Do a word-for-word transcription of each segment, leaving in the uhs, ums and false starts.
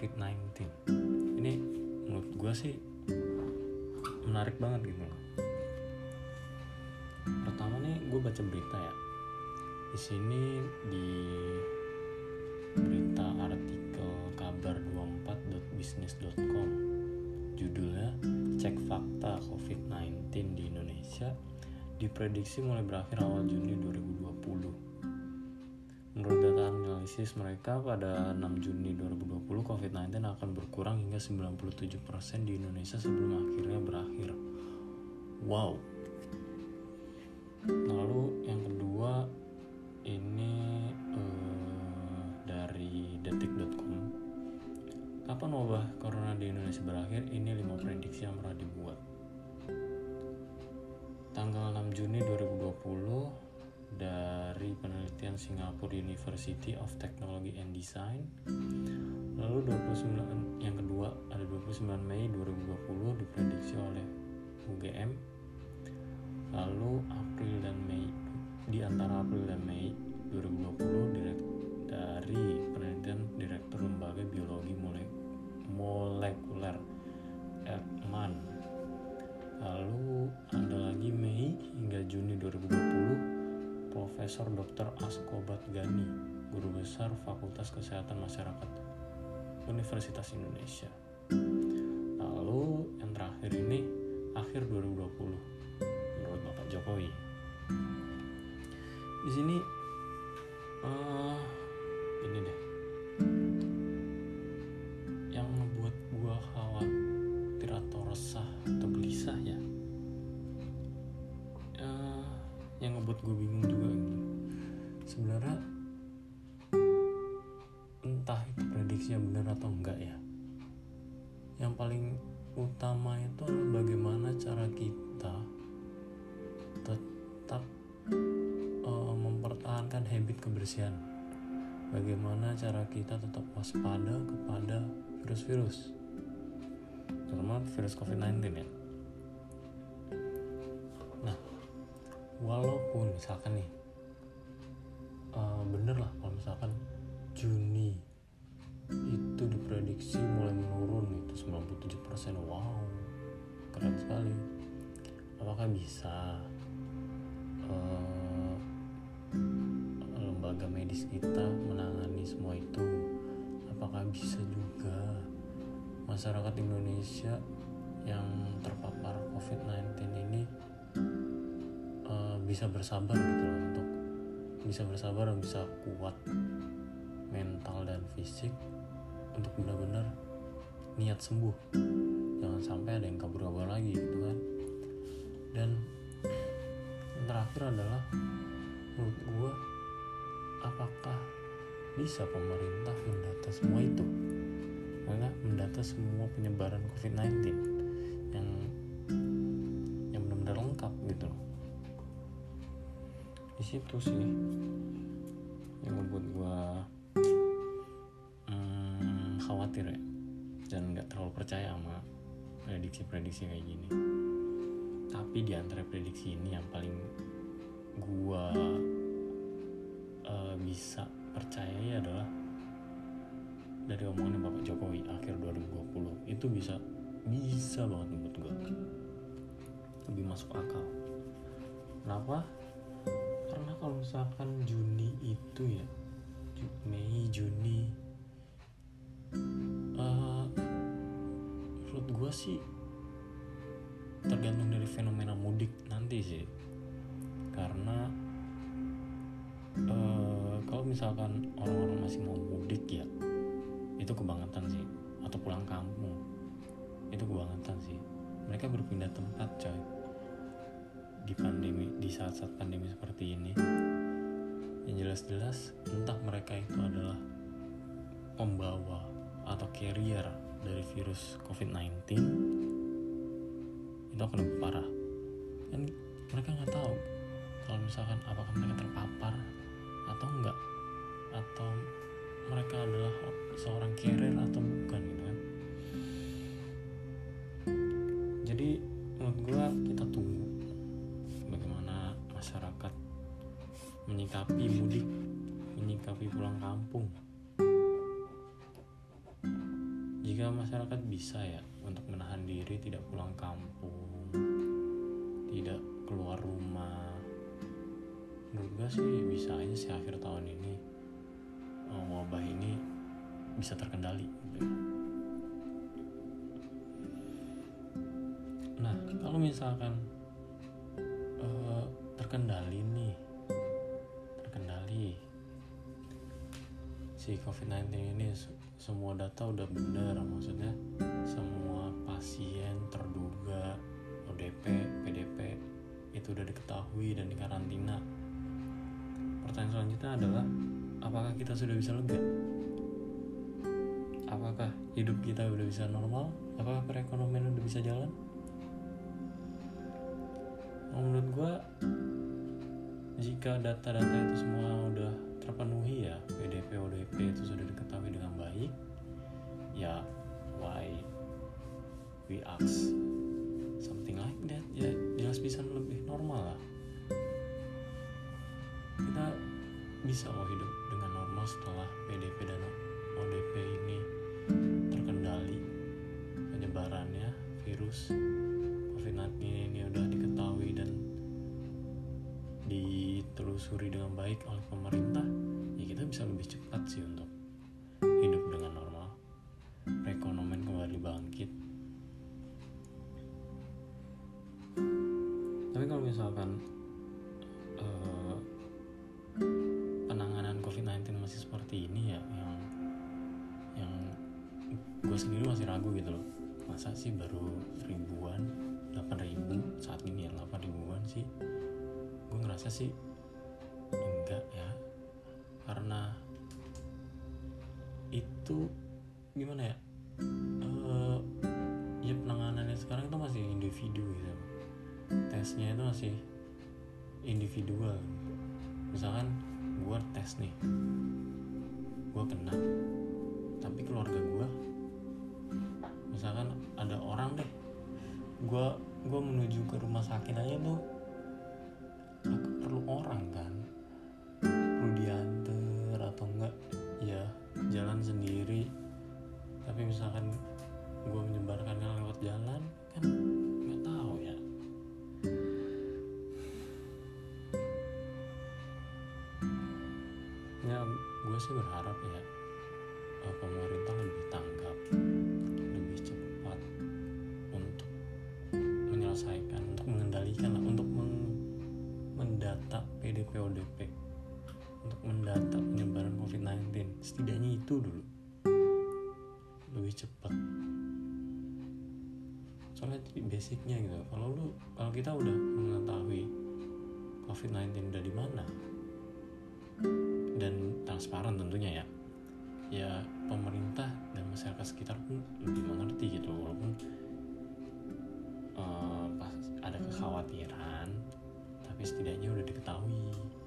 covid sembilan belas. Ini menurut gue sih menarik banget gitu. Pertama nih gue baca berita ya. Di sini di berita artikel kabar dua puluh empat dot business dot com, judulnya cek fakta covid sembilan belas di Indonesia diprediksi mulai berakhir awal Juni dua ribu dua puluh. Menurut data analisis mereka, pada enam Juni dua ribu dua puluh covid sembilan belas akan berkurang hingga sembilan puluh tujuh persen di Indonesia sebelum akhirnya berakhir. Wow. Lalu yang kedua ini uh, dari detik dot com. Kapan wabah corona di Indonesia berakhir? Ini lima prediksi yang pernah dibuat. Tanggal enam Juni dua ribu dua puluh dari penelitian Singapore University of Technology and Design. Lalu dua puluh sembilan yang kedua ada dua puluh sembilan Mei dua ribu dua puluh diprediksi oleh U G M. Lalu April dan Mei, di antara April dan Mei dua ribu dua puluh direkt, dari penelitian Direktur Lembaga Biologi Molekuler Ekman. Lalu ada lagi Mei hingga Juni dua ribu dua puluh Profesor Doktor Askobat Gani, Guru Besar Fakultas Kesehatan Masyarakat Universitas Indonesia. Lalu yang terakhir ini akhir dua ribu dua puluh menurut Bapak Jokowi. Di sini uh, ini deh yang membuat gua khawatir atau resah atau gelisah ya, uh, yang ngebuat gua bingung juga gitu. Sebenarnya entah itu prediksinya benar atau enggak ya. Yang paling utama itu adalah bagaimana cara kita tetap uh, mempertahankan habit kebersihan. Bagaimana cara kita tetap waspada kepada virus-virus, terutama virus covid sembilan belas ya. Nah, walaupun misalkan nih uh, bener lah kalau misalkan Juni itu diprediksi mulai menurun itu sembilan puluh tujuh persen. Wow, keren sekali. Apakah bisa uh, lembaga medis kita menangani semua itu? Apakah bisa juga masyarakat Indonesia yang terpapar covid sembilan belas ini uh, bisa bersabar gitu loh, untuk bisa bersabar dan bisa kuat mental dan fisik untuk benar-benar niat sembuh, jangan sampai ada yang kabur-kabur lagi gitu kan. Dan yang terakhir adalah menurut gue, apakah bisa pemerintah mendata semua itu, karena mendata semua penyebaran covid sembilan belas yang yang benar-benar lengkap gitu loh. Di situ sih yang membuat gue hmm, khawatir ya, dan nggak terlalu percaya sama prediksi-prediksi kayak gini. Tapi di antara prediksi ini yang paling gue uh, bisa percaya adalah dari omongan Bapak Jokowi akhir dua ribu dua puluh. Itu bisa bisa banget menurut gue, lebih masuk akal. Kenapa? Karena kalau misalkan Juni itu ya, Mei, Juni, uh, menurut gue sih tergantung dari fenomena mudik nanti sih. Karena uh, kalau misalkan orang-orang masih mau mudik ya, itu kebangetan sih. Atau pulang kampung, itu kebangetan sih. Mereka berpindah tempat coy, di pandemi, di saat-saat pandemi seperti ini. Yang jelas-jelas entah mereka itu adalah pembawa atau carrier dari virus covid sembilan belas, itu akan lebih parah. Dan mereka nggak tahu kalau misalkan apakah mereka terpapar atau enggak, atau mereka adalah seorang carrier atau bukan gitu kan. Jadi menurut gue kita tunggu bagaimana masyarakat menyikapi mudik, menyikapi pulang kampung. jika masyarakat bisa ya untuk menahan diri tidak pulang kampung, tidak keluar rumah, menurut gue sih bisa aja sih akhir tahun ini uh, wabah ini bisa terkendali gitu. Nah kalau misalkan uh, terkendali nih terkendali si covid sembilan belas ini, semua data udah benar, maksudnya semua pasien terduga O D P, P D P itu udah diketahui dan dikarantina. Pertanyaan selanjutnya adalah, apakah kita sudah bisa lega? Apakah hidup kita udah bisa normal? Apakah perekonomian udah bisa jalan? Menurut gue, jika data-data itu semua udah terpenuhi ya, P D P, O D P itu sudah diketahui dengan baik, ya why we ask something like that? Ya jelas bisa lebih normal lah. Kita bisa loh hidup dengan normal setelah P D P dan O D P ini terkendali penyebarannya virus covid sembilan belas ini udah diketahui dan ditelusuri dengan baik oleh pemerintah. Ya kita bisa lebih cepat sih untuk hidup dengan normal, perekonomian kembali bangkit. Tapi kalau misalkan uh, penanganan covid sembilan belas masih seperti ini ya, yang yang gue sendiri masih ragu gitu loh, masa sih baru ribuan, delapan ribu saat ini ya, delapan ribuan sih, gue ngerasa sih enggak ya, karena itu gimana ya, uh, ya penanganannya sekarang itu masih individu gitu, tesnya itu masih individual. Misalkan gue tes nih, gue kena, tapi keluarga gue, misalkan ada orang deh, gue gue menuju ke rumah sakit aja tuh aku perlu orang kan, perlu diantar atau enggak ya jalan sendiri. Tapi misalkan gue menyebarkannya lewat jalan kan nggak tahu ya. Ya gue sih berharap ya pemerintah lebih tanggap, lebih cepat untuk menyelesaikan, untuk mengendalikan lah, untuk meng- mendata P D P O D P, untuk mendata penyebaran covid sembilan belas, setidaknya itu dulu lebih cepat. Soalnya itu basicnya gitu. Kalau lu, kalau kita udah mengetahui covid sembilan belas udah di mana dan transparan tentunya ya, ya pemerintah dan masyarakat sekitar pun lebih mengerti gitu, walaupun uh, pas ada kekhawatiran, tapi setidaknya udah diketahui.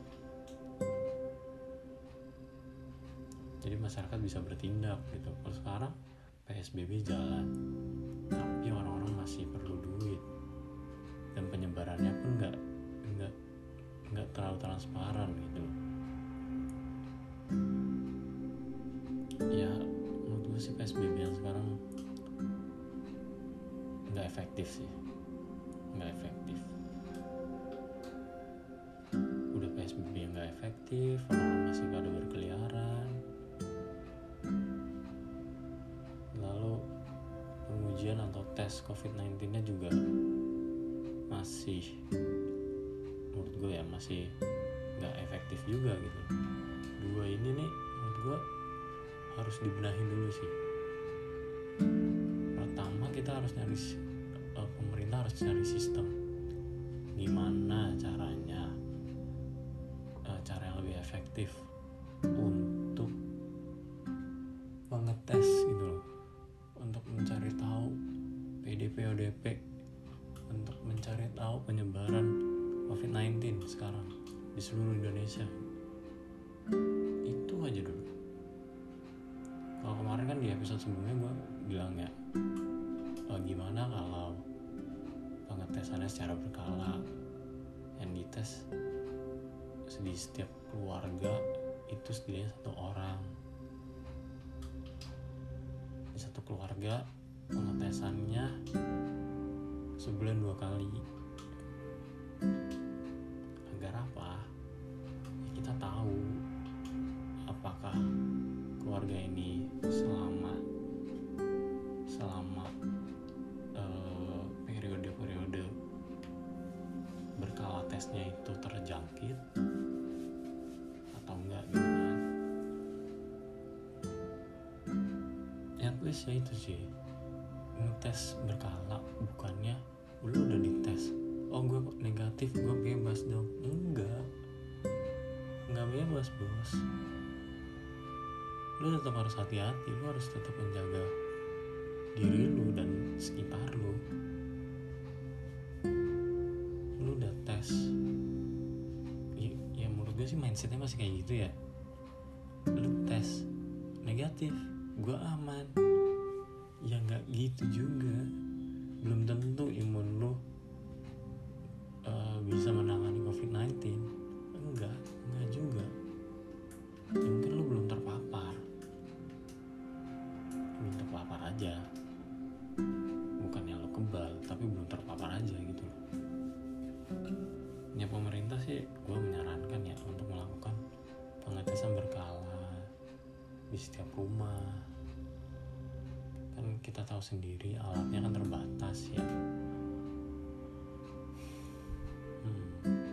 Jadi masyarakat bisa bertindak gitu. Kalau sekarang P S B B jalan, tapi orang-orang masih perlu duit dan penyebarannya pun nggak nggak nggak terlalu transparan gitu. Ya menurut gue sih P S B B yang sekarang nggak efektif sih, nggak efektif. Udah P S B B yang nggak efektif, orang masih pada berkeliaran. Lalu pengujian atau tes covid sembilan belas-nya juga masih, menurut gue ya masih nggak efektif juga gitu. Dua ini nih menurut gue harus dibenahin dulu sih. Pertama kita harus nyari, uh, pemerintah harus cari sistem gimana caranya, uh, cara yang lebih efektif untuk mengetes gitu loh, untuk mencari tahu P D P O D P, untuk mencari tahu penyebaran covid sembilan belas sekarang di seluruh Indonesia. Itu aja dulu. Kalau kemarin kan di episode sebelumnya gue bilang ya, oh, gimana kalau pengetesannya secara berkala, yang dites di setiap keluarga itu setidaknya satu orang, di satu satu keluarga pengetesannya sebulan dua kali. Agar apa? Ya kita tahu apakah keluarga ini selama selama uh, periode-periode berkala tesnya itu terjangkit atau enggak gitu kan. Ya at least ya itu sih, ngetes berkala, bukannya lu udah dites, oh gue negatif gue bebas dong. Enggak, enggak bebas bos. Lu tetap harus hati-hati, lu harus tetap menjaga diri lu dan sekitar lu. Lu udah tes, ya, ya menurut gue sih mindsetnya masih kayak gitu ya. Lu tes negatif, gue aman. Ya nggak gitu juga. Belum tentu imun lu uh, bisa menangani covid sembilan belas. Enggak, enggak juga. Ya, mungkin lu belum terpapar. Belum terpapar aja. Bukannya lu kebal, tapi belum terpapar aja gitu. Ya pemerintah sih gue menyarankan ya untuk melakukan pengetesan berkala di setiap rumah. Kan kita tahu sendiri alatnya kan terbatas ya. Hmm.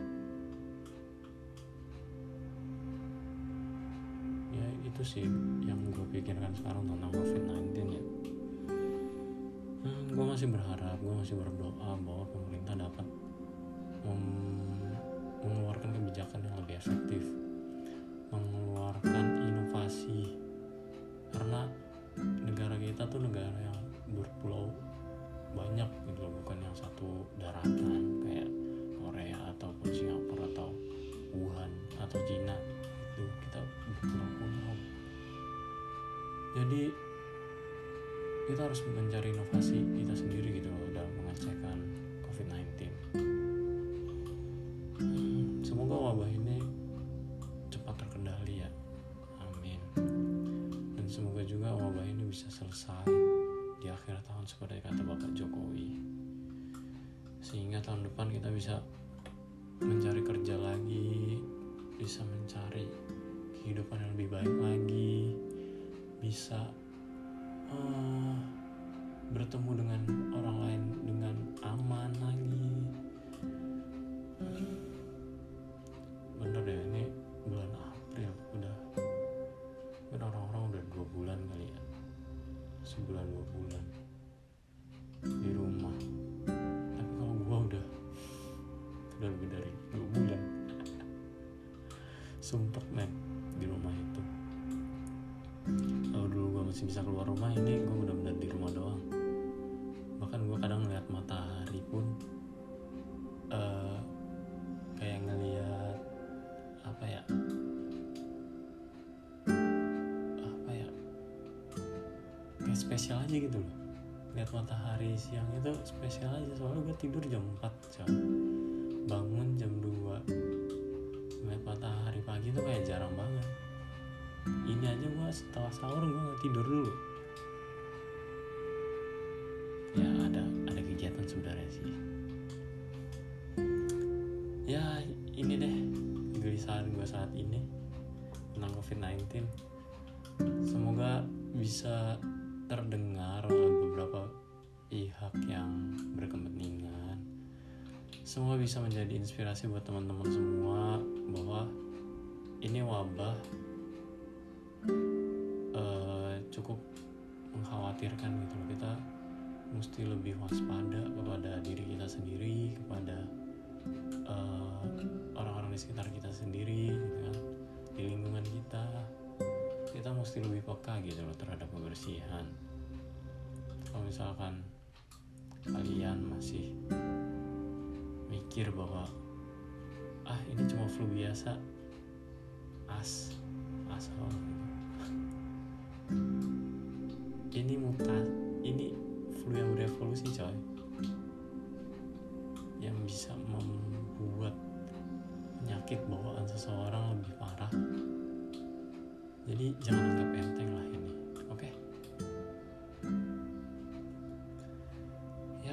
Ya itu sih yang gue pikirkan sekarang tentang covid sembilan belas ya. Hmm, gue masih berharap, gue masih berdoa bahwa pemerintah dapat mem- mengeluarkan kebijakan yang lebih efektif, mengeluarkan inovasi, karena negara kita tuh negara yang berpulau banyak gitu loh, bukan yang satu daratan kayak Korea ataupun Singapura atau Wuhan atau Cina. Itu kita berpulau-pulau. Jadi kita harus mencari inovasi kita sendiri gitu loh dalam mengecekkan covid sembilan belas. hmm, Semoga wabah ini cepat terkendali ya, amin. Dan semoga juga wabah ini bisa selesai di akhir tahun seperti kata Bapak Jokowi, sehingga tahun depan kita bisa mencari kerja lagi, bisa mencari kehidupan yang lebih baik lagi, bisa uh, bertemu dengan orang lain dengan aman lagi. Bener deh, ini bulan April udah, kan orang-orang udah dua bulan kali ya, sebulan dua bulan di rumah. Tapi kalau gua udah udah lebih dari dua bulan sumpah men di rumah itu. Kalau dulu gue masih bisa keluar rumah, ini gue benar-benar di rumah doang. Bahkan gue kadang ngeliat matahari pun uh, kayak ngeliat apa ya apa ya kayak spesial aja gitu loh. Lihat matahari siang itu spesial aja, soalnya gue tidur jam empat jam, bangun jam dua. Ngeliat matahari pagi tuh kayak jarang banget. Ini aja gue setelah sahur gue gak tidur dulu. Ya ada ada kegiatan sebenarnya sih. Ya ini deh kegelisahan gue saat ini tentang covid sembilan belas. Semoga bisa terdengar oleh beberapa pihak yang berkepentingan. Semoga bisa menjadi inspirasi buat teman-teman semua bahwa ini wabah uh, cukup mengkhawatirkan gitu loh. Kita mesti lebih waspada kepada diri kita sendiri, kepada uh, orang-orang di sekitar kita sendiri gitu kan, di lingkungan kita. Kita mesti lebih peka gitu loh terhadap kebersihan. Kalau misalkan kalian masih mikir bahwa ah ini cuma flu biasa, as asal ini mutas, ini flu yang berevolusi coy, yang bisa membuat penyakit bawaan seseorang lebih parah. Jadi jangan anggap enteng lah ini, oke? Okay?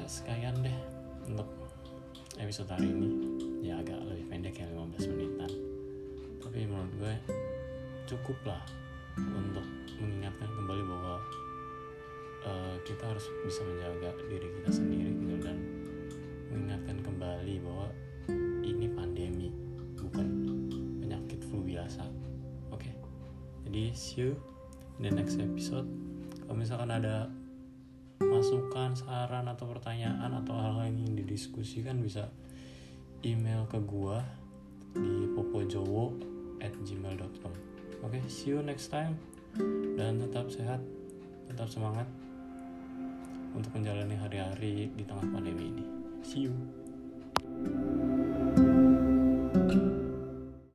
sekian deh untuk episode hari ini. Ya agak lebih pendek ya, lima belas menitan, tapi menurut gue cukup lah untuk mengingatkan kembali bahwa uh, kita harus bisa menjaga diri kita sendiri gitu, dan mengingatkan kembali bahwa ini pandemi, bukan penyakit flu biasa. Oke, okay? Jadi see you in the next episode. Kalau misalkan ada masukan, saran atau pertanyaan atau hal-hal yang ingin didiskusikan, bisa email ke gua di popojowo at gmail dot com. Oke, okay, see you next time, dan tetap sehat, tetap semangat untuk menjalani hari-hari di tengah pandemi ini. See you.